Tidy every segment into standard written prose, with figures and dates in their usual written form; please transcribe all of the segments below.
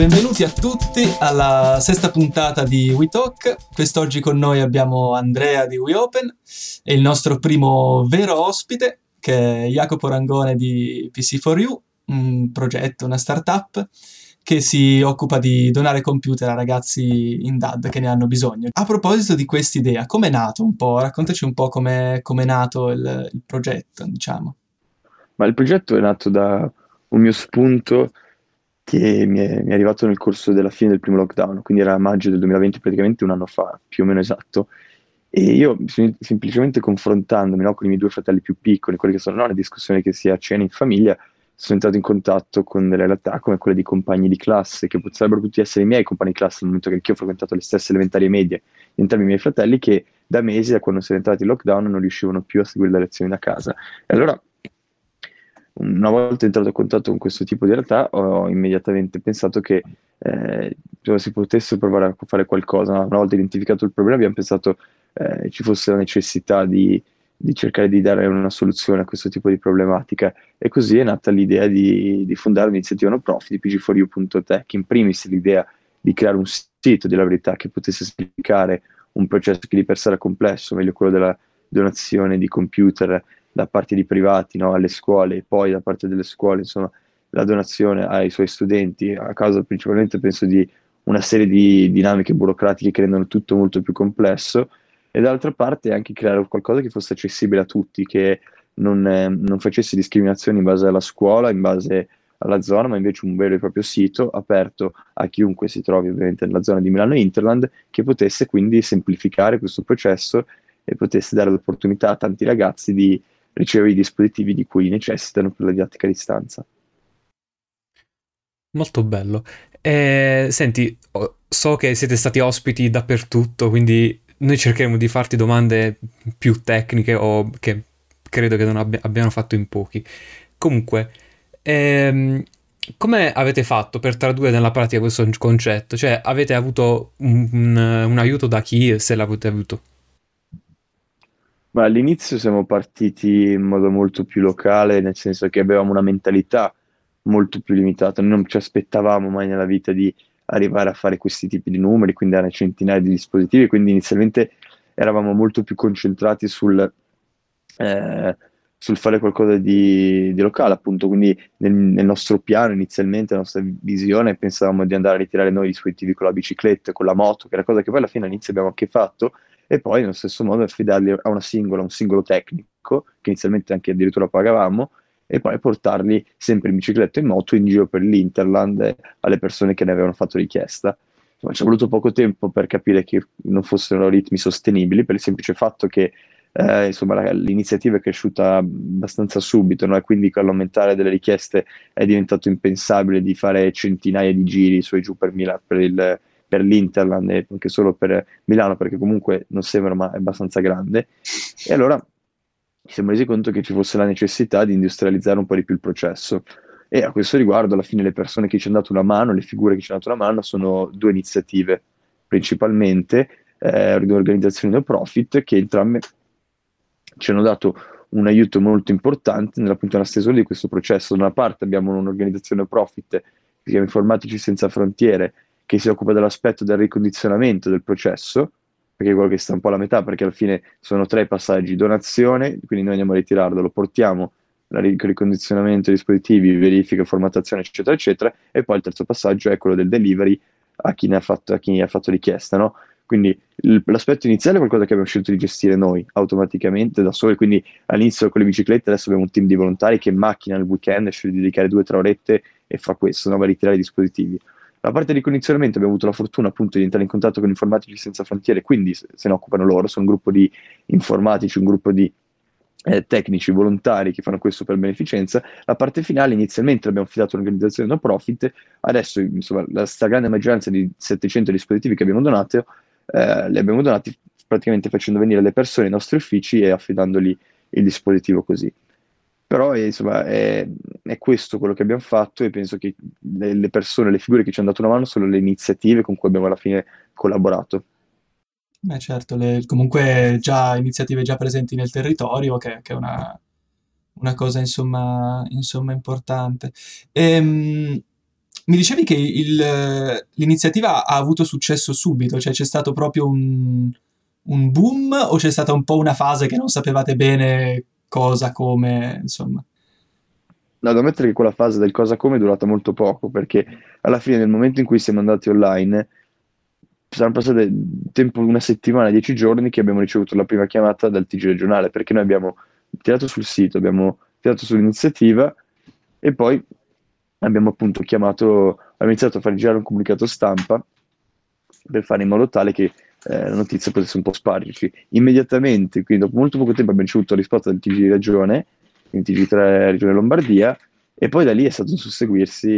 Benvenuti a tutti alla sesta puntata di WeTalk. Quest'oggi con noi abbiamo Andrea di WeOpen e il nostro primo vero ospite, che è Jacopo Rangone di PC4U, un progetto, una startup che si occupa di donare computer a ragazzi in DAD che ne hanno bisogno. A proposito di quest'idea, com'è nato un po'? Raccontaci un po' com'è nato il progetto, diciamo. Ma il progetto è nato da un mio spunto che mi è arrivato nel corso della fine del primo lockdown, quindi era maggio del 2020, praticamente un anno fa, più o meno esatto. E io semplicemente confrontandomi, no, con i miei due fratelli più piccoli, quelli che sono, no, le discussioni che si ha a cena in famiglia, sono entrato in contatto con delle realtà come quelle di compagni di classe, che sarebbero potuti essere i miei compagni di classe, nel momento che anch'io ho frequentato le stesse elementari e medie, di entrambi i miei fratelli, che da mesi, da quando sono entrati in lockdown, non riuscivano più a seguire le lezioni da casa. E allora, una volta entrato in contatto con questo tipo di realtà, ho immediatamente pensato che si potesse provare a fare qualcosa. Una volta identificato il problema, abbiamo pensato ci fosse la necessità di cercare di dare una soluzione a questo tipo di problematica. E così è nata l'idea di fondare un'iniziativa no profit di pg4u.tech. In primis l'idea di creare un sito, della verità, che potesse semplificare un processo che di per sé era complesso, meglio quello della donazione di computer da parte di privati, no, alle scuole, e poi da parte delle scuole, insomma, la donazione ai suoi studenti, a causa principalmente, penso, di una serie di dinamiche burocratiche che rendono tutto molto più complesso, e dall'altra parte anche creare qualcosa che fosse accessibile a tutti, che non facesse discriminazioni in base alla scuola, in base alla zona, ma invece un vero e proprio sito aperto a chiunque si trovi ovviamente nella zona di Milano Interland, che potesse quindi semplificare questo processo e potesse dare l'opportunità a tanti ragazzi di ricevere i dispositivi di cui necessitano per la didattica a distanza. Molto bello. Senti, so che siete stati ospiti dappertutto, quindi noi cercheremo di farti domande più tecniche o che credo che non abbiano fatto in pochi. Comunque, ehm, come avete fatto per tradurre nella pratica questo concetto? Cioè, avete avuto un aiuto da chi, se l'avete avuto? Ma all'inizio siamo partiti in modo molto più locale, nel senso che avevamo una mentalità molto più limitata. Noi non ci aspettavamo mai nella vita di arrivare a fare questi tipi di numeri, quindi a centinaia di dispositivi, quindi inizialmente eravamo molto più concentrati eh, sul fare qualcosa di locale, appunto. Quindi nel nostro piano inizialmente, la nostra visione, pensavamo di andare a ritirare noi i dispositivi con la bicicletta, con la moto, che è una cosa che poi alla fine all'inizio abbiamo anche fatto, e poi nello stesso modo affidarli a un singolo tecnico, che inizialmente anche addirittura pagavamo, e poi portarli sempre in bicicletta e in moto in giro per l'Interland alle persone che ne avevano fatto richiesta. Insomma, ci è voluto poco tempo per capire che non fossero ritmi sostenibili, per il semplice fatto che insomma, l'iniziativa è cresciuta abbastanza subito, no? E quindi con l'aumentare delle richieste è diventato impensabile di fare centinaia di giri su e giù per l'Interland e anche solo per Milano, perché comunque non sembra, ma è abbastanza grande. E allora ci siamo resi conto che ci fosse la necessità di industrializzare un po' di più il processo. E a questo riguardo, alla fine, le persone che ci hanno dato una mano, le figure che ci hanno dato una mano, sono due iniziative, principalmente due organizzazioni no profit che entrambe ci hanno dato un aiuto molto importante nella stesura di questo processo. Da una parte abbiamo un'organizzazione no profit che si chiama Informatici Senza Frontiere, che si occupa dell'aspetto del ricondizionamento del processo, perché è quello che sta un po' alla metà, perché alla fine sono tre i passaggi: donazione, quindi noi andiamo a ritirarlo, lo portiamo, ricondizionamento dei dispositivi, verifica, formattazione, eccetera, eccetera, e poi il terzo passaggio è quello del delivery a chi ha fatto richiesta, no? Quindi l'aspetto iniziale è qualcosa che abbiamo scelto di gestire noi automaticamente da soli, quindi all'inizio con le biciclette, adesso abbiamo un team di volontari che in macchina il weekend sceglie di dedicare 2 o 3 orette e fa questo, no? Va a ritirare i dispositivi. La parte di condizionamento abbiamo avuto la fortuna appunto di entrare in contatto con Informatici Senza Frontiere, quindi se ne occupano loro, sono un gruppo di informatici, un gruppo di tecnici volontari che fanno questo per beneficenza. La parte finale inizialmente l'abbiamo affidato a un'organizzazione no profit, adesso insomma la stragrande maggioranza di 700 dispositivi che abbiamo donato li abbiamo donati praticamente facendo venire le persone ai nostri uffici e affidandogli il dispositivo così. Però insomma è questo quello che abbiamo fatto, e penso che le persone, le figure che ci hanno dato una mano sono le iniziative con cui abbiamo alla fine collaborato. Beh, certo, comunque già iniziative già presenti nel territorio, che è una cosa insomma importante. Ehm, Mi dicevi che l'iniziativa ha avuto successo subito, cioè c'è stato proprio un boom o c'è stata un po' una fase che non sapevate bene cosa, come, insomma. No, da ammettere che quella fase del cosa come è durata molto poco, perché alla fine, nel momento in cui siamo andati online, saranno passate tempo una settimana, 10 giorni che abbiamo ricevuto la prima chiamata dal TG regionale, perché noi abbiamo tirato sul sito, abbiamo tirato sull'iniziativa e poi abbiamo appunto abbiamo iniziato a fare girare un comunicato stampa per fare in modo tale che la notizia potesse un po' spargerci. Immediatamente, quindi dopo molto poco tempo abbiamo ricevuto la risposta del TG di Regione, quindi TG3 Regione Lombardia, e poi da lì è stato un susseguirsi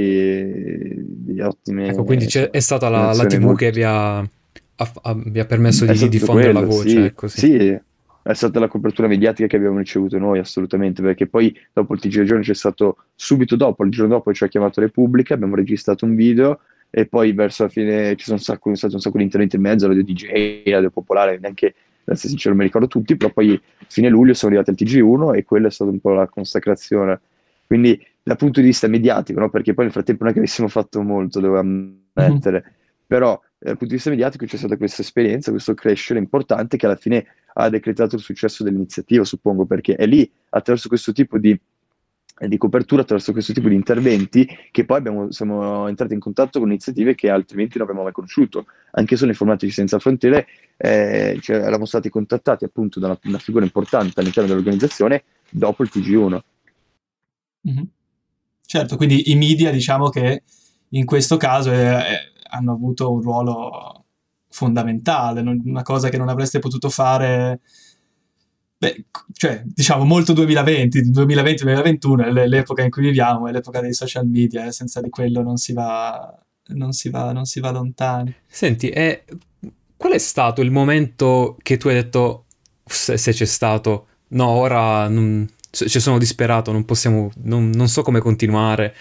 di Ecco, quindi è stata la azioni TV che molto. vi ha permesso È di stato diffondere la quello, voce, sì, ecco, sì. sì, è stata la copertura mediatica che abbiamo ricevuto noi, assolutamente, perché poi dopo il TG Regione c'è stato, subito dopo, il giorno dopo ci ha chiamato Repubblica, abbiamo registrato un video e poi verso la fine ci sono stato un sacco di interventi in mezzo, Radio DJ, Radio Popolare, neanche, ad essere sincero, non mi ricordo tutti, però poi fine luglio siamo arrivati al TG1 e quella è stata un po' la consacrazione. Quindi dal punto di vista mediatico, no? Perché poi nel frattempo non è che avessimo fatto molto, devo Mhm. ammettere, però dal punto di vista mediatico c'è stata questa esperienza, questo crescere importante che alla fine ha decretato il successo dell'iniziativa, suppongo, perché è lì, attraverso questo tipo di copertura, attraverso questo tipo di interventi, che poi siamo entrati in contatto con iniziative che altrimenti non avremmo mai conosciuto. Anche solo Informatici Senza Frontiere, cioè, eravamo stati contattati appunto da una figura importante all'interno dell'organizzazione dopo il TG1. Mhm. Certo, quindi i media diciamo che in questo caso hanno avuto un ruolo fondamentale, una cosa che non avreste potuto fare, beh, cioè diciamo molto 2020, 2020-2021 è l'epoca in cui viviamo, è l'epoca dei social media, e senza di quello non si va lontani. Senti, qual è stato il momento che tu hai detto, se c'è stato, no, ora cioè sono disperato, non possiamo, non so come continuare,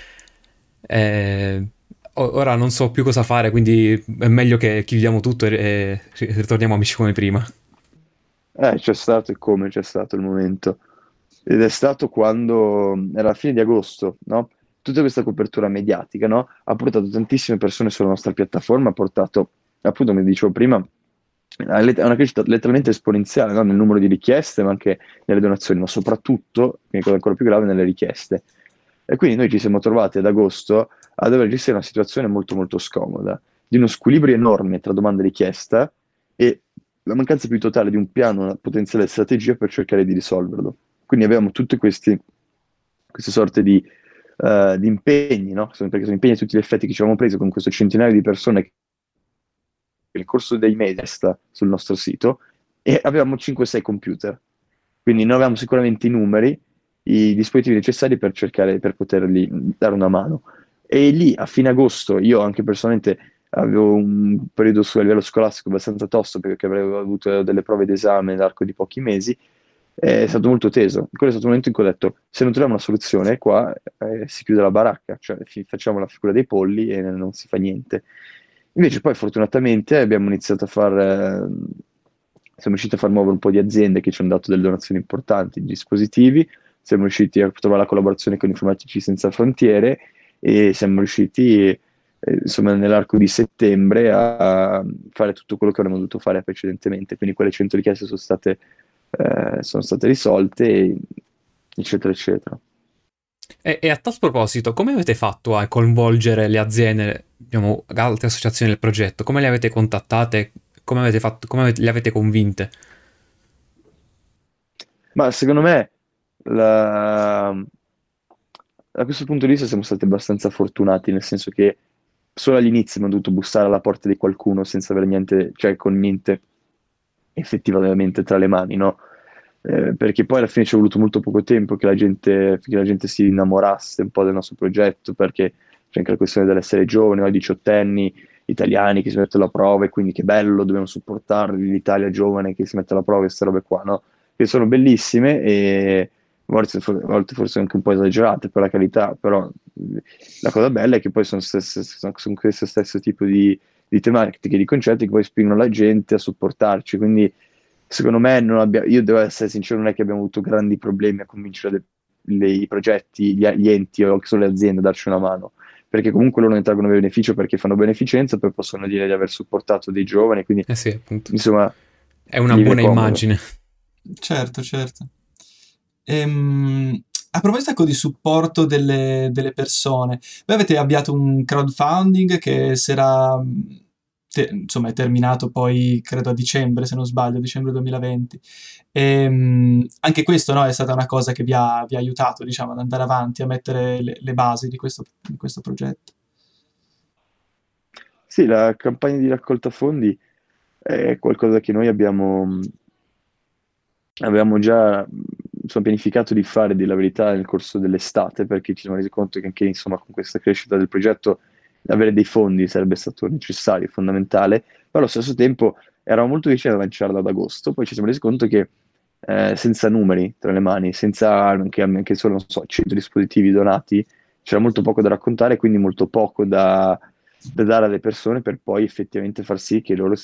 eh, ora non so più cosa fare, quindi è meglio che chiudiamo tutto e ritorniamo amici come prima. C'è stato e come c'è stato il momento. Ed è stato quando era la fine di agosto, no? Tutta questa copertura mediatica, no? Ha portato tantissime persone sulla nostra piattaforma, ha portato, appunto, come dicevo prima, a una crescita letteralmente esponenziale, no? Nel numero di richieste, ma anche nelle donazioni, ma soprattutto, che è cosa ancora più grave, nelle richieste. E quindi noi ci siamo trovati ad agosto a dover gestire una situazione molto molto scomoda, di uno squilibrio enorme tra domanda e richiesta e la mancanza più totale di un piano, una potenziale strategia per cercare di risolverlo. Quindi avevamo tutte queste sorte di impegni, no? Perché sono impegni a tutti gli effetti che ci avevamo preso con questo centinaio di persone che nel corso dei mesi sta sul nostro sito e avevamo 5-6 computer. Quindi noi avevamo sicuramente i numeri, i dispositivi necessari per cercare, per potergli dare una mano. E lì a fine agosto io anche personalmente avevo un periodo a livello scolastico abbastanza tosto perché avevo avuto delle prove d'esame nell'arco di pochi mesi, è stato molto teso. Quello è stato il momento in cui ho detto, se non troviamo una soluzione qua si chiude la baracca, cioè facciamo la figura dei polli e non si fa niente. Invece poi fortunatamente siamo riusciti a far muovere un po' di aziende che ci hanno dato delle donazioni importanti di dispositivi, siamo riusciti a trovare la collaborazione con Informatici Senza Frontiere e siamo riusciti, insomma, nell'arco di settembre a fare tutto quello che avremmo dovuto fare precedentemente. Quindi quelle 100 richieste sono state risolte, eccetera, eccetera. E a tal proposito, come avete fatto a coinvolgere le aziende, diciamo, altre associazioni del progetto? Come le avete contattate? Come avete fatto, le avete convinte? Ma secondo me, da questo punto di vista siamo stati abbastanza fortunati, nel senso che solo all'inizio abbiamo dovuto bussare alla porta di qualcuno senza avere niente, cioè con niente effettivamente tra le mani, no? Perché poi alla fine ci è voluto molto poco tempo che la gente si innamorasse un po' del nostro progetto, perché c'è anche la questione dell'essere giovani, noi diciottenni italiani che si mettono alla prova e quindi che bello, dobbiamo supportarli, l'Italia giovane che si mette alla prova, queste robe qua, no? Che sono bellissime e a volte forse anche un po' esagerate per la carità, però la cosa bella è che poi sono questo stesso tipo di tematiche, di concetti che poi spingono la gente a supportarci, quindi secondo me io devo essere sincero, non è che abbiamo avuto grandi problemi a convincere i progetti, gli enti o anche solo le aziende a darci una mano. perché comunque loro ne traggono beneficio perché fanno beneficenza, poi possono dire di aver supportato dei giovani, quindi Eh sì, appunto. insomma È una gli viene buona comodo. immagine. Certo, certo. A proposito ecco, di supporto delle persone, voi avete avviato un crowdfunding che si era, insomma, è terminato poi, credo a dicembre, se non sbaglio, dicembre 2020. Anche questo, no, è stata una cosa che vi ha aiutato, diciamo, ad andare avanti, a mettere le basi di questo progetto. Sì, la campagna di raccolta fondi è qualcosa che noi avevamo già insomma, pianificato di fare, di la verità, nel corso dell'estate, perché ci siamo resi conto che anche insomma, con questa crescita del progetto avere dei fondi sarebbe stato necessario, fondamentale, però allo stesso tempo eravamo molto vicini a lanciarla ad agosto, poi ci siamo resi conto che senza numeri tra le mani, senza anche solo, non so, 100 dispositivi donati, c'era molto poco da raccontare, quindi molto poco da dare alle persone per poi effettivamente far sì che loro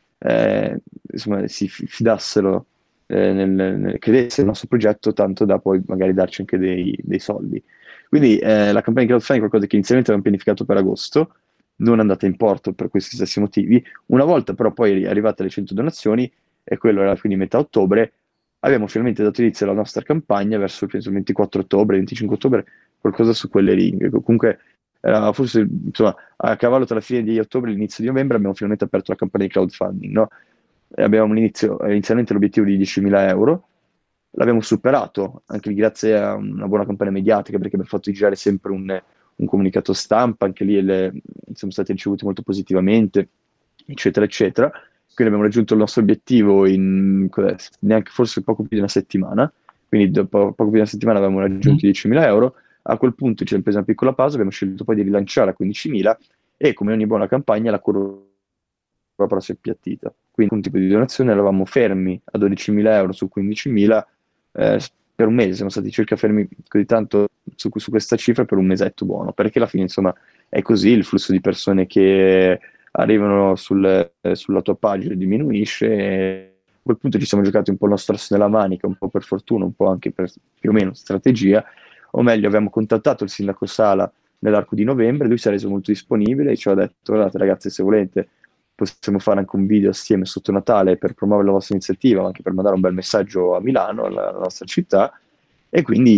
insomma, si fidassero, credessero nel nostro progetto, tanto da poi magari darci anche dei soldi. Quindi la campagna di crowdfunding è qualcosa che inizialmente avevamo pianificato per agosto, non è andata in porto per questi stessi motivi. Una volta però poi arrivate le 100 donazioni, e quello era quindi metà ottobre, abbiamo finalmente dato inizio alla nostra campagna verso penso, il 24 ottobre, 25 ottobre, qualcosa su quelle righe. Comunque era forse insomma, a cavallo tra la fine di ottobre e l'inizio di novembre abbiamo finalmente aperto la campagna di crowdfunding, no? E abbiamo inizialmente l'obiettivo di 10.000 euro, l'abbiamo superato anche lì grazie a una buona campagna mediatica perché abbiamo fatto girare sempre un comunicato stampa, anche lì siamo stati ricevuti molto positivamente, eccetera, eccetera. Quindi abbiamo raggiunto il nostro obiettivo in neanche forse poco più di una settimana, quindi dopo poco più di una settimana avevamo raggiunto i 10.000 euro. A quel punto ci abbiamo preso una piccola pausa, abbiamo scelto poi di rilanciare a 15.000 e come ogni buona campagna la curva però si è appiattita. Quindi un tipo di donazione eravamo fermi a 12.000 euro su 15.000 per un mese, siamo stati circa fermi così tanto su questa cifra per un mesetto buono, perché alla fine insomma è così, il flusso di persone che arrivano sulla tua pagina diminuisce e a quel punto ci siamo giocati un po' il nostro asso nella manica, un po' per fortuna, un po' anche per più o meno strategia, o meglio abbiamo contattato il sindaco Sala nell'arco di novembre, lui si è reso molto disponibile e ci ha detto guardate ragazzi se volete possiamo fare anche un video assieme sotto Natale per promuovere la vostra iniziativa, ma anche per mandare un bel messaggio a Milano, alla nostra città, e quindi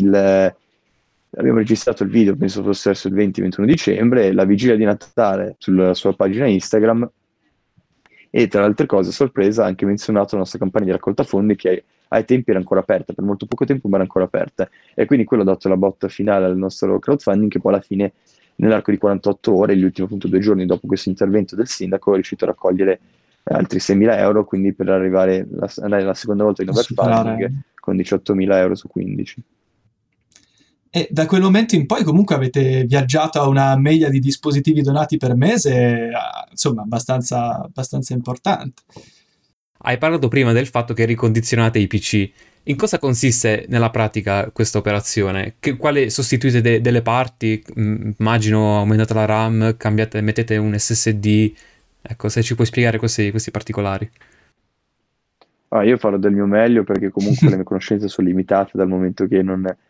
abbiamo registrato il video, penso fosse verso il 20-21 dicembre, la vigilia di Natale sulla sua pagina Instagram, e tra le altre cose, sorpresa, ha anche menzionato la nostra campagna di raccolta fondi che ai tempi era ancora aperta, per molto poco tempo ma era ancora aperta, e quindi quello ha dato la botta finale al nostro crowdfunding che poi alla fine nell'arco di 48 ore, gli ultimi appunto 2 giorni dopo questo intervento del sindaco, è riuscito a raccogliere altri 6.000 euro, quindi per andare la seconda volta in A superare. overfunding con 18.000 euro su 15. E da quel momento in poi comunque avete viaggiato a una media di dispositivi donati per mese, insomma, abbastanza importante. Hai parlato prima del fatto che ricondizionate i PC. In cosa consiste nella pratica questa operazione? Quale sostituite delle parti? Immagino aumentate la RAM, mettete un SSD. Ecco, se ci puoi spiegare questi particolari. Io farò del mio meglio perché comunque le mie conoscenze sono limitate dal momento che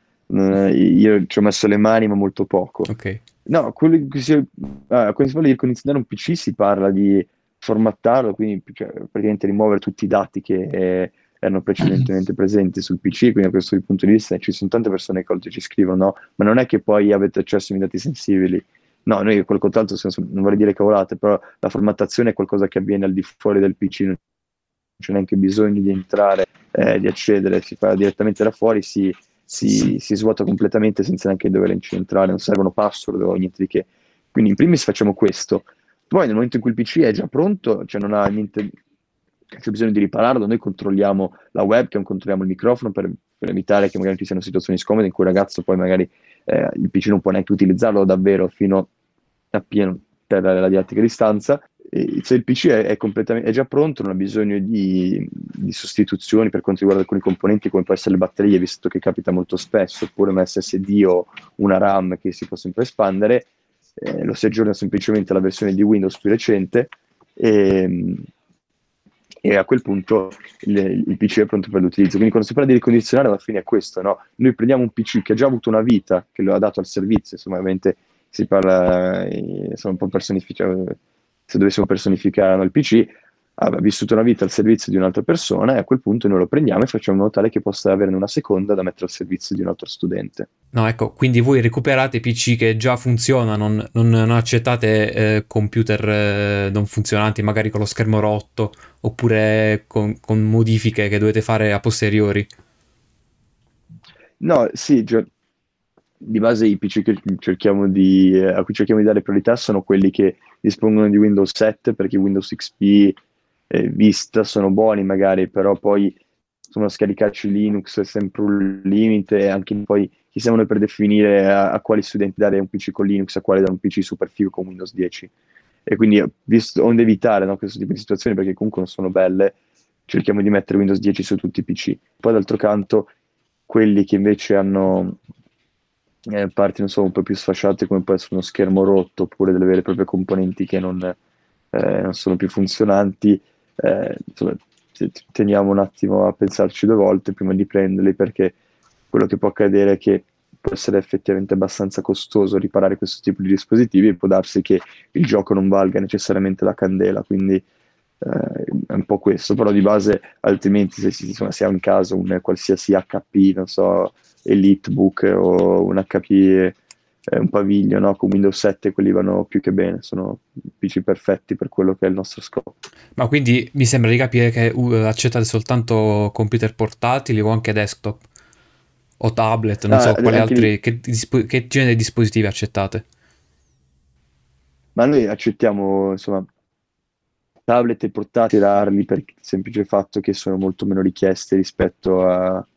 io ci ho messo le mani ma molto poco. Ok. No, quando si parla di ricondizionare un PC si parla di formattarlo, quindi cioè, praticamente rimuovere tutti i dati che erano precedentemente presenti sul PC, quindi da questo punto di vista ci sono tante persone che a volte ci scrivono, no, ma non è che poi avete accesso ai dati sensibili. No, noi quel contratto, non vorrei dire cavolate, però la formattazione è qualcosa che avviene al di fuori del PC, non c'è neanche bisogno di entrare, di accedere, si fa direttamente da fuori, si svuota completamente senza neanche doverci entrare, non servono password o niente di che. Quindi in primis facciamo questo. Poi nel momento in cui il PC è già pronto, cioè non ha niente, c'è bisogno di ripararlo, noi controlliamo la webcam, controlliamo il microfono per evitare che magari ci siano situazioni scomode in cui il ragazzo poi magari il PC non può neanche utilizzarlo davvero fino a pieno per la didattica a distanza. E se il PC è già pronto, non ha bisogno di sostituzioni per quanto riguarda alcuni componenti come può essere le batterie, visto che capita molto spesso, oppure un SSD o una RAM che si può sempre espandere, lo si aggiorna semplicemente alla versione di Windows più recente e a quel punto il PC è pronto per l'utilizzo. Quindi quando si parla di ricondizionare alla fine è questo, no? Noi prendiamo un PC che ha già avuto una vita, che lo ha dato al servizio, insomma ovviamente si parla, sono un po' personificati, se dovessimo personificare il PC, ha vissuto una vita al servizio di un'altra persona e a quel punto noi lo prendiamo e facciamo in modo tale che possa averne una seconda da mettere al servizio di un altro studente. No, ecco, quindi voi recuperate PC che già funzionano, non accettate computer non funzionanti, magari con lo schermo rotto, oppure con modifiche che dovete fare a posteriori. No, sì, di base i PC che a cui cerchiamo di dare priorità sono quelli che dispongono di Windows 7, perché Windows XP e Vista sono buoni magari, però poi insomma scaricarci Linux è sempre un limite, e anche poi chi siamo noi per definire a quali studenti dare un PC con Linux, a quale dare un PC super figo con Windows 10. E quindi, onde evitare, no, questo tipo di situazioni, perché comunque non sono belle, cerchiamo di mettere Windows 10 su tutti i PC. Poi d'altro canto, quelli che invece hanno parti, non so, un po' più sfasciate, come può essere uno schermo rotto, oppure delle vere e proprie componenti che non sono più funzionanti, insomma, teniamo un attimo a pensarci due volte prima di prenderli, perché quello che può accadere è che può essere effettivamente abbastanza costoso riparare questo tipo di dispositivi, e può darsi che il gioco non valga necessariamente la candela, quindi è un po' questo. Però di base, altrimenti, insomma, se ha in caso un qualsiasi HP, non so, EliteBook o un HP, un Pavilion, no? Con Windows 7, quelli vanno più che bene, sono PC perfetti per quello che è il nostro scopo. Ma quindi mi sembra di capire che accettate soltanto computer portatili o anche desktop o tablet, non so quali Anche lì, altri, che genere di dispositivi accettate. ma noi accettiamo, insomma, tablet e portatili rarli, per il semplice fatto che sono molto meno richieste rispetto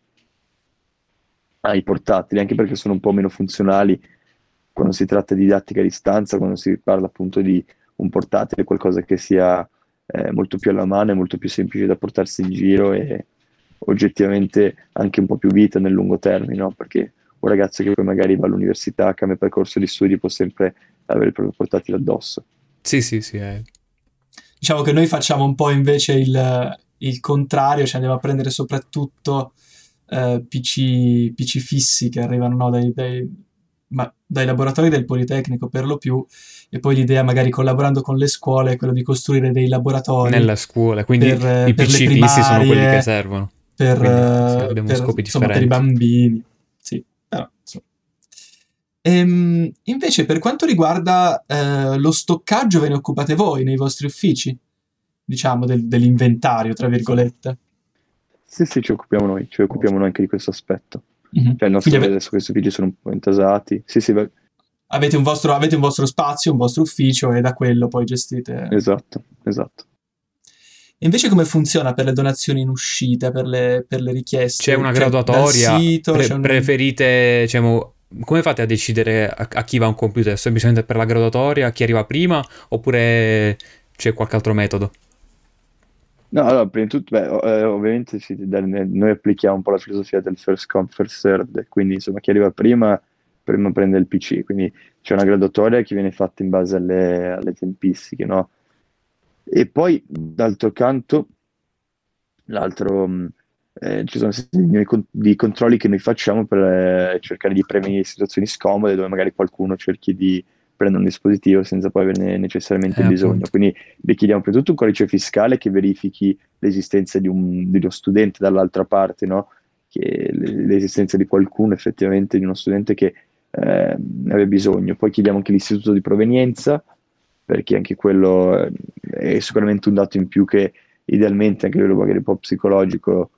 ai portatili, anche perché sono un po' meno funzionali quando si tratta di didattica a distanza, quando si parla appunto di un portatile, qualcosa che sia molto più alla mano e molto più semplice da portarsi in giro, e oggettivamente anche un po' più vita nel lungo termine, no? Perché un ragazzo che poi magari va all'università, cambia percorso di studi, può sempre avere il proprio portatile addosso. Sì, sì, sì. Diciamo che noi facciamo un po' invece il contrario, cioè andiamo a prendere soprattutto PC fissi che arrivano, no, dai laboratori del Politecnico per lo più, e poi l'idea, magari collaborando con le scuole, è quello di costruire dei laboratori Nella scuola, quindi i per le PC fissi sono quelli che primarie, servono. Quindi sì, abbiamo scopi insomma, per i differenti. bambini. Sì, però, insomma. Invece, per quanto riguarda lo stoccaggio, ve ne occupate voi nei vostri uffici? Diciamo dell'inventario, tra virgolette. Sì, sì, ci occupiamo noi anche di questo aspetto. Mhm. Cioè, Quindi adesso questi uffici sono un po' intasati. Sì, sì, avete un vostro spazio, un vostro ufficio, e da quello poi gestite. esatto, esatto. E invece come funziona per le donazioni in uscita, per le C'è richieste? una Cioè, dal graduatoria? sito, c'è un... Preferite, diciamo, come fate a decidere a chi va un computer? Semplicemente per la graduatoria, chi arriva prima, oppure c'è qualche altro metodo? No, allora, prima di tutto, ovviamente sì, noi applichiamo un po' la filosofia del first come, first served, quindi insomma chi arriva prima prende il PC, quindi c'è una graduatoria che viene fatta in base alle tempistiche, no? E poi, d'altro canto, ci sono di controlli che noi facciamo per cercare di prevenire situazioni scomode, dove magari qualcuno cerchi di prendere un dispositivo senza poi averne necessariamente bisogno. Appunto. Quindi le chiediamo prima di tutto un codice fiscale che verifichi l'esistenza di uno studente dall'altra parte, no? Che l'esistenza di qualcuno effettivamente, di uno studente che ne aveva bisogno. Poi chiediamo anche l'istituto di provenienza, perché anche quello è sicuramente un dato in più che idealmente, anche a livello magari un po' psicologico,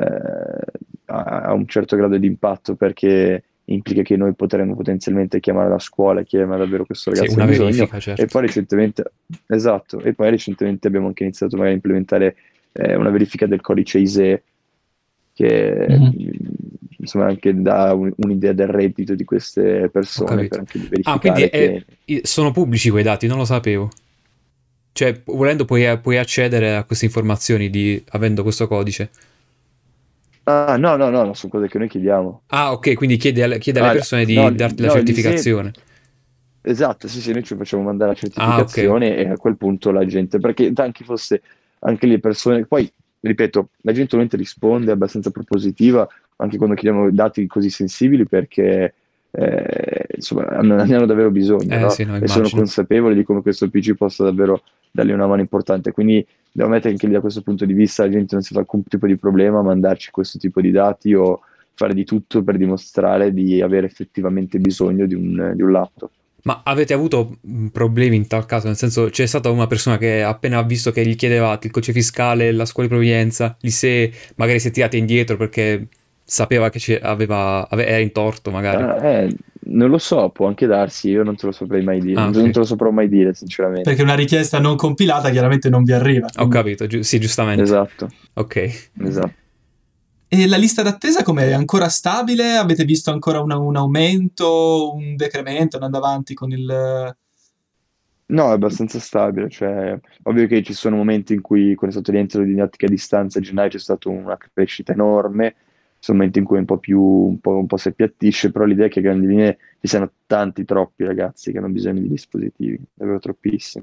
ha un certo grado di impatto, perché implica che noi potremmo potenzialmente chiamare la scuola e chiedere: ma davvero questo Sì, ragazzo ha una bisogno? verifica, E certo. poi recentemente, esatto, e poi recentemente abbiamo anche iniziato magari a implementare una verifica del codice ISEE, che Mhm. insomma anche dà un'idea del reddito di queste Ho persone, per capito. anche di Ah, quindi verificare che... sono pubblici quei dati, non lo sapevo. Cioè, volendo puoi accedere a queste informazioni avendo questo codice. Ah, no, no, no, no, sono cose che noi chiediamo. Ah, ok, quindi chiede alle Ah, persone no, di darti la no, l'ISEE, certificazione. esatto, sì, sì, noi ci facciamo mandare la Ah, ok. certificazione, e a quel punto la gente, perché anche fosse anche le persone, poi ripeto, la gente ovviamente risponde, è abbastanza propositiva, anche quando chiediamo dati così sensibili, perché insomma, ne hanno davvero bisogno, no? Sì, no, E sono immagino. consapevoli di come questo PC possa davvero dargli una mano importante. Quindi devo ammettere che da questo punto di vista la gente non si fa alcun tipo di problema a mandarci questo tipo di dati o fare di tutto per dimostrare di avere effettivamente bisogno di un laptop. Ma avete avuto problemi in tal caso? Nel senso, c'è stata una persona che appena ha visto che gli chiedevate il codice fiscale, la scuola di provenienza, magari si è tirata indietro perché sapeva che era in torto, magari. Non lo so, può anche darsi, io non te lo saprei mai dire, Ah, non te ok. lo saprò mai dire, sinceramente. Perché una richiesta non compilata chiaramente non vi arriva. Ho Quindi. capito, sì, giustamente. Esatto, Ok. esatto. E la lista d'attesa com'è? È ancora stabile? Avete visto ancora un aumento, un decremento andando avanti con il. No, è abbastanza stabile, cioè, ovvio che ci sono momenti in cui, quando è stato rientro di didattica a distanza a gennaio, c'è stata una crescita enorme, ci sono momenti in cui un po' si appiattisce, però l'idea è che a grandi linee ci siano tanti, troppi ragazzi che hanno bisogno di dispositivi, davvero troppissimi.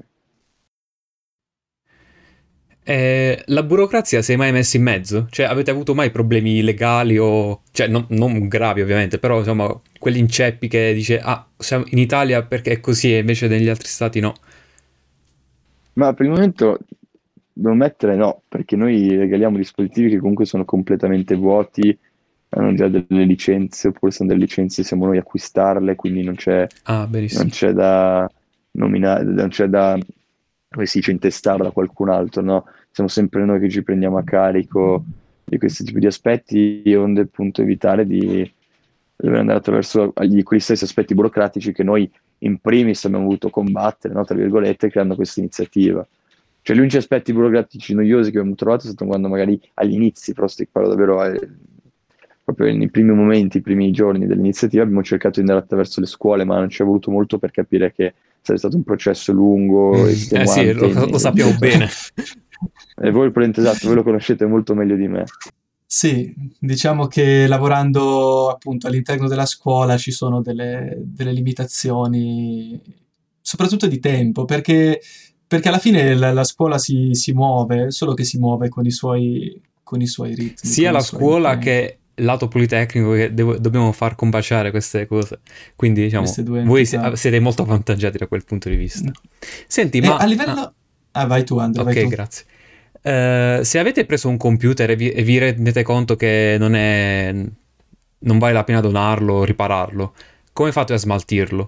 La burocrazia si è mai messa in mezzo? Cioè, avete avuto mai problemi legali o. Cioè, non gravi ovviamente, però insomma, quegli inceppi che dice, siamo in Italia perché è così e invece negli altri stati no. Ma per il momento devo mettere no, perché noi regaliamo dispositivi che comunque sono completamente vuoti, hanno già delle licenze, oppure sono delle licenze, siamo noi a acquistarle, quindi Ah, non benissimo. c'è da nominare, non c'è da, come si dice, intestarla da qualcun altro, no? Siamo sempre noi che ci prendiamo a carico di questi tipi di aspetti, onde appunto evitare di dover andare attraverso quegli stessi aspetti burocratici che noi in primis abbiamo voluto combattere, no, tra virgolette, creando questa iniziativa. Cioè, gli unici aspetti burocratici noiosi che abbiamo trovato è stato quando magari agli inizi, però parlo davvero proprio nei primi momenti, i primi giorni dell'iniziativa, abbiamo cercato di andare attraverso le scuole, ma non ci è voluto molto per capire che sarebbe stato un processo lungo, Sì, estenuante. lo sappiamo bene. E voi, esatto, voi lo conoscete molto meglio di me. Sì, diciamo che lavorando appunto all'interno della scuola ci sono delle limitazioni, soprattutto di tempo, perché alla fine la scuola si muove, solo che si muove con i suoi ritmi, Sia con i la suoi scuola tempi. che lato politecnico che dobbiamo far combaciare queste cose. Quindi, diciamo, Queste due voi entità. siete molto avvantaggiati da quel punto di vista. Senti, E a ma. livello. Ah, vai tu, Andrea, vai Ok, tu. grazie. Se avete preso un computer e vi rendete conto che non vale la pena donarlo o ripararlo, come fate a smaltirlo?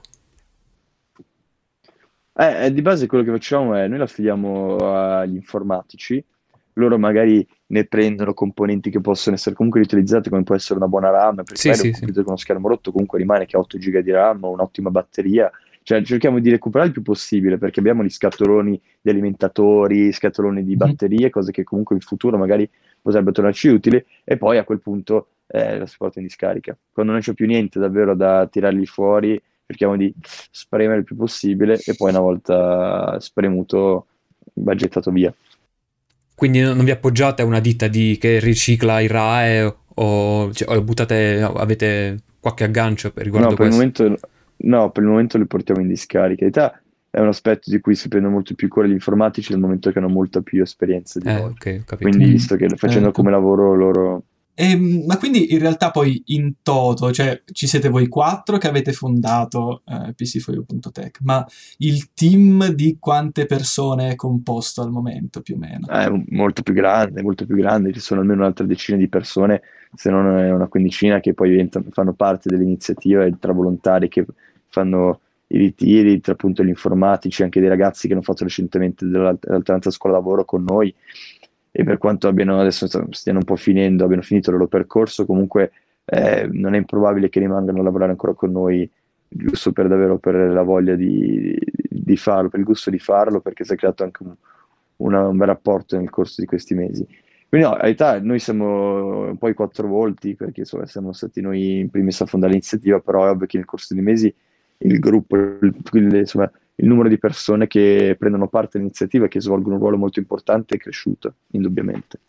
Di base quello che facciamo è, noi l'affidiamo agli informatici, loro magari ne prendono componenti che possono essere comunque riutilizzati, come può essere una buona RAM, perché Sì, magari un sì, sì. computer con uno schermo rotto comunque rimane che ha 8 giga di RAM, un'ottima batteria, cioè cerchiamo di recuperare il più possibile, perché abbiamo gli scatoloni di alimentatori, scatoloni di Mhm. batterie, cose che comunque in futuro magari potrebbero tornarci utili, e poi a quel punto la si porta in discarica. Quando non c'è più niente davvero da tirarli fuori, cerchiamo di spremere il più possibile e poi una volta spremuto va gettato via. Quindi non vi appoggiate a una ditta che ricicla i RAE o avete qualche aggancio No, riguardo per il questo? momento, no, per il momento li portiamo in discarica. In realtà è un aspetto di cui si prendono molto più cura gli informatici nel momento che hanno molta più esperienza di noi. Ok, ho capito. Quindi, visto che facendo Certo. come lavoro loro. Ma quindi in realtà poi in toto, cioè ci siete voi quattro che avete fondato PC4U.tech, ma il team di quante persone è composto al momento più o meno? È molto più grande, ci sono almeno un'altra decina di persone, se non è una quindicina, che poi fanno parte dell'iniziativa e tra volontari che fanno i ritiri, tra appunto gli informatici, anche dei ragazzi che hanno fatto recentemente dell'alternanza scuola-lavoro con noi, e per quanto adesso stiano un po' finendo, abbiano finito il loro percorso, comunque non è improbabile che rimangano a lavorare ancora con noi, giusto per davvero per la voglia di farlo, per il gusto di farlo, perché si è creato anche un bel rapporto nel corso di questi mesi. Quindi no, in realtà noi siamo un po' i quattro volti, perché insomma, siamo stati noi in primis a fondare l'iniziativa, però è ovvio che nel corso dei mesi il gruppo, insomma, il numero di persone che prendono parte all'iniziativa e che svolgono un ruolo molto importante è cresciuto, indubbiamente.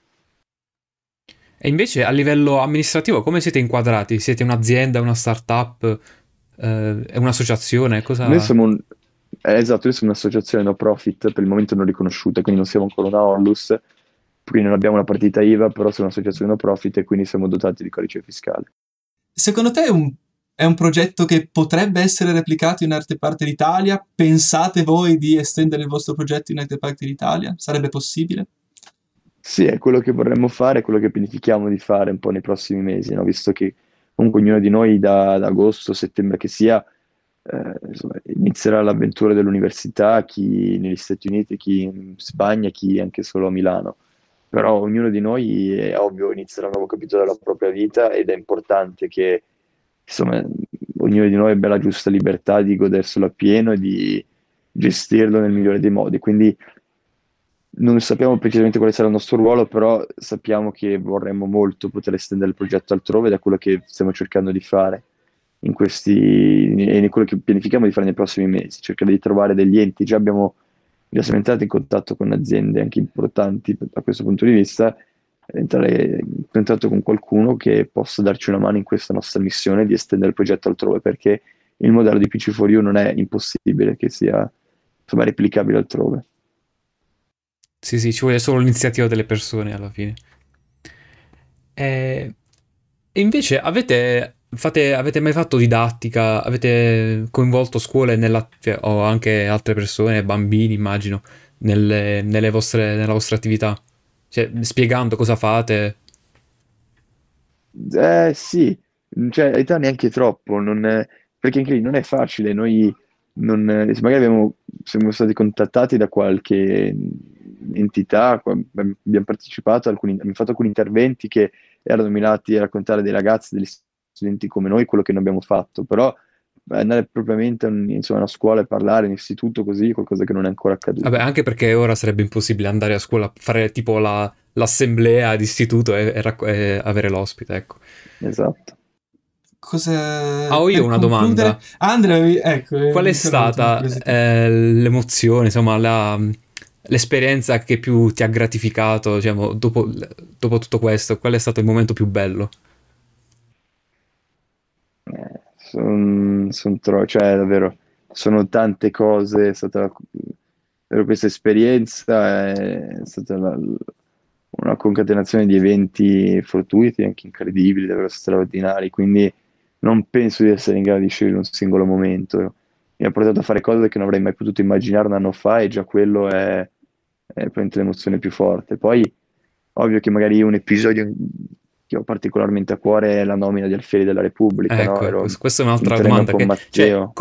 E invece a livello amministrativo come siete inquadrati? Siete un'azienda, una startup, è un'associazione? Noi Cosa. siamo esatto, noi siamo un'associazione no profit, per il momento non riconosciuta, quindi non siamo ancora una onlus, quindi non abbiamo una partita IVA, però siamo un'associazione no profit e quindi siamo dotati di codice fiscale. Secondo te È un progetto che potrebbe essere replicato in altre parti d'Italia? Pensate voi di estendere il vostro progetto in altre parti d'Italia? Sarebbe possibile? Sì, è quello che vorremmo fare, è quello che pianifichiamo di fare un po' nei prossimi mesi, no? Visto che comunque ognuno di noi da agosto, settembre che sia, insomma, inizierà l'avventura dell'università, chi negli Stati Uniti, chi in Spagna, chi anche solo a Milano. Però ognuno di noi, è ovvio, inizierà un nuovo capitolo della propria vita ed è importante che, insomma, ognuno di noi abbia la giusta libertà di goderselo appieno e di gestirlo nel migliore dei modi. Quindi non sappiamo precisamente quale sarà il nostro ruolo, però sappiamo che vorremmo molto poter estendere il progetto altrove, ed è quello che stiamo cercando di fare in questi, e quello che pianifichiamo di fare nei prossimi mesi, cercare di trovare degli enti. Già siamo entrati in contatto con aziende anche importanti da questo punto di vista, entrare in contatto con qualcuno che possa darci una mano in questa nostra missione di estendere il progetto altrove, perché il modello di PC4U non è impossibile che sia, insomma, replicabile altrove. Sì, sì, ci vuole solo l'iniziativa delle persone alla fine. E, e invece avete mai fatto didattica? Avete coinvolto scuole cioè, o anche altre persone, bambini, immagino, nella vostra attività? Cioè, spiegando cosa fate? Sì, cioè, in realtà neanche troppo, perché anche lì non è facile. Noi se magari siamo stati contattati da qualche entità, abbiamo partecipato, abbiamo fatto alcuni interventi che erano mirati a raccontare dei ragazzi, degli studenti come noi, quello che noi abbiamo fatto, però andare propriamente insomma, a una scuola e parlare, in istituto così, qualcosa che non è ancora Vabbè, accaduto. anche perché ora sarebbe impossibile andare a scuola, fare tipo l'assemblea d'istituto e avere l'ospite, ecco. Esatto. Cosa, Ho io per una concludere? domanda. Andrea, ecco, Qual è mi sono avuto una stata curiosità. l'emozione, insomma, l'esperienza che più ti ha gratificato, diciamo, dopo tutto questo? Qual è stato il momento più bello? Cioè, davvero, sono tante cose, è stata davvero questa esperienza, è stata una concatenazione di eventi fortuiti, anche incredibili, davvero straordinari, quindi non penso di essere in grado di scegliere un singolo momento. Mi ha portato a fare cose che non avrei mai potuto immaginare un anno fa, e già quello è probabilmente l'emozione più forte. Poi, ovvio che magari un episodio che ho particolarmente a cuore è la nomina di Alfieri della Repubblica, no? Ecco, Ero questa è in un'altra treno domanda con che, cioè, Matteo.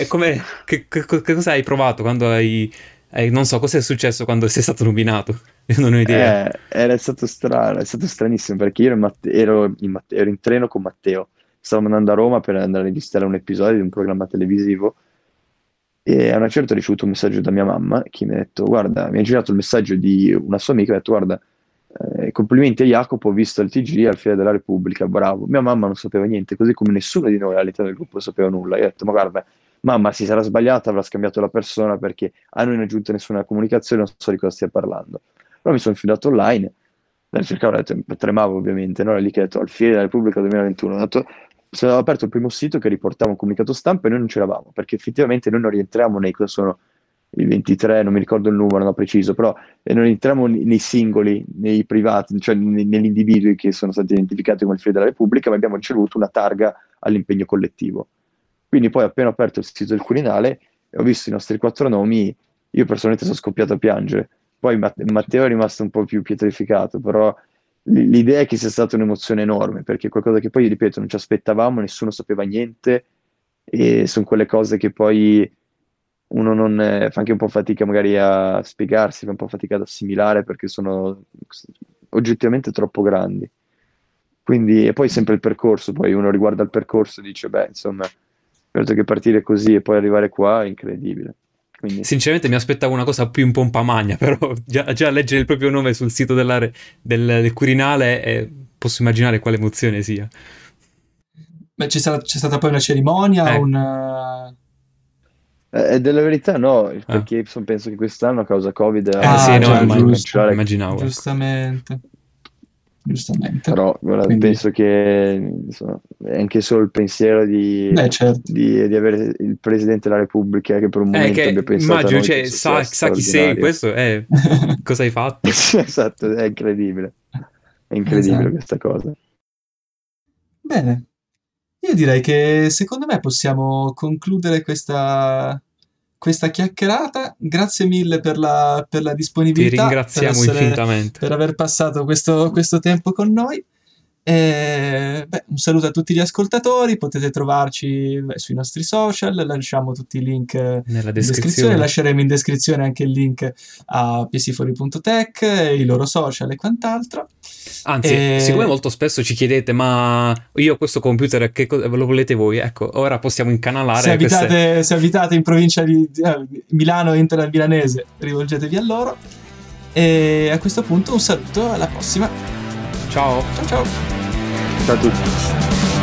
che cosa hai provato quando non so, cosa è successo quando sei stato nominato? Io non ho idea. Era stato strano, è stato stranissimo perché io ero in treno con Matteo. Stavamo andando a Roma per andare a registrare un episodio di un programma televisivo, e a una certa ho ricevuto un messaggio da mia mamma che mi ha detto: Guarda, mi ha girato il messaggio di una sua amica, e ha detto: Guarda, complimenti a Jacopo, ho visto il TG al Fiera della Repubblica, bravo. Mia mamma non sapeva niente, così come nessuno di noi all'interno del gruppo sapeva nulla. Io ho detto: Ma guarda, mamma si sarà sbagliata, avrà scambiato la persona, perché a noi non è giunta nessuna comunicazione, non so di cosa stia parlando. Però mi sono infilato online, la ricercavo, ho detto, tremavo ovviamente, no? Era lì che ho detto: Alfieri della Repubblica 2021. Ho detto, avevo aperto il primo sito che riportava un comunicato stampa e noi non c'eravamo, perché effettivamente noi non rientriamo nei, cosa sono i 23, non mi ricordo il numero, no, preciso, però non entriamo nei singoli, nei privati, cioè negli individui che sono stati identificati come il Fiore della Repubblica, ma abbiamo ricevuto una targa all'impegno collettivo. Quindi poi appena ho aperto il sito del Quirinale e ho visto i nostri 4 nomi, io personalmente sono scoppiato a piangere. Poi Matteo è rimasto un po' più pietrificato, però l'idea è che sia stata un'emozione enorme, perché è qualcosa che poi, ripeto, non ci aspettavamo, nessuno sapeva niente, e sono quelle cose che poi uno non fa anche un po' fatica magari a spiegarsi, fa un po' fatica ad assimilare, perché sono oggettivamente troppo grandi. Quindi, e poi sempre il percorso, poi uno riguarda il percorso e dice: Beh, insomma, certo che partire così e poi arrivare qua è incredibile. Quindi, Sinceramente mi aspettavo una cosa più in pompa magna, però già leggere il proprio nome sul sito del Quirinale posso immaginare quale emozione sia. Beh, c'è stata poi una cerimonia, Eh, della verità no, ah. perché penso che quest'anno a causa Covid Sì, Ah, avrebbero no, già, dovuto giusto, cancellare. immaginavo, ecco. giustamente, giustamente. Però guarda, Quindi, penso che insomma, anche solo il pensiero beh, certo. di avere il Presidente della Repubblica che per un momento Che abbia pensato a immagino, noi, cioè, penso sia sa chi sei, straordinario. questo è... Cosa hai fatto? Sì, esatto, è incredibile Esatto. questa cosa. Bene. Io direi che secondo me possiamo concludere questa chiacchierata. Grazie mille per la Ti disponibilità, ringraziamo infinitamente. per aver passato questo tempo con noi. Un saluto a tutti gli ascoltatori, potete trovarci sui nostri social, lasciamo tutti i link Nella in descrizione, descrizione. lasceremo in descrizione anche il link a piesifori.tech, i loro social e quant'altro. Anzi, siccome molto spesso ci chiedete, ma io questo computer lo volete voi? Ecco, ora possiamo incanalare se abitate in provincia di Milano, Inter Milanese, rivolgetevi a loro. E a questo punto un saluto, alla prossima. Ciao. Ciao ciao. Ciao a tutti.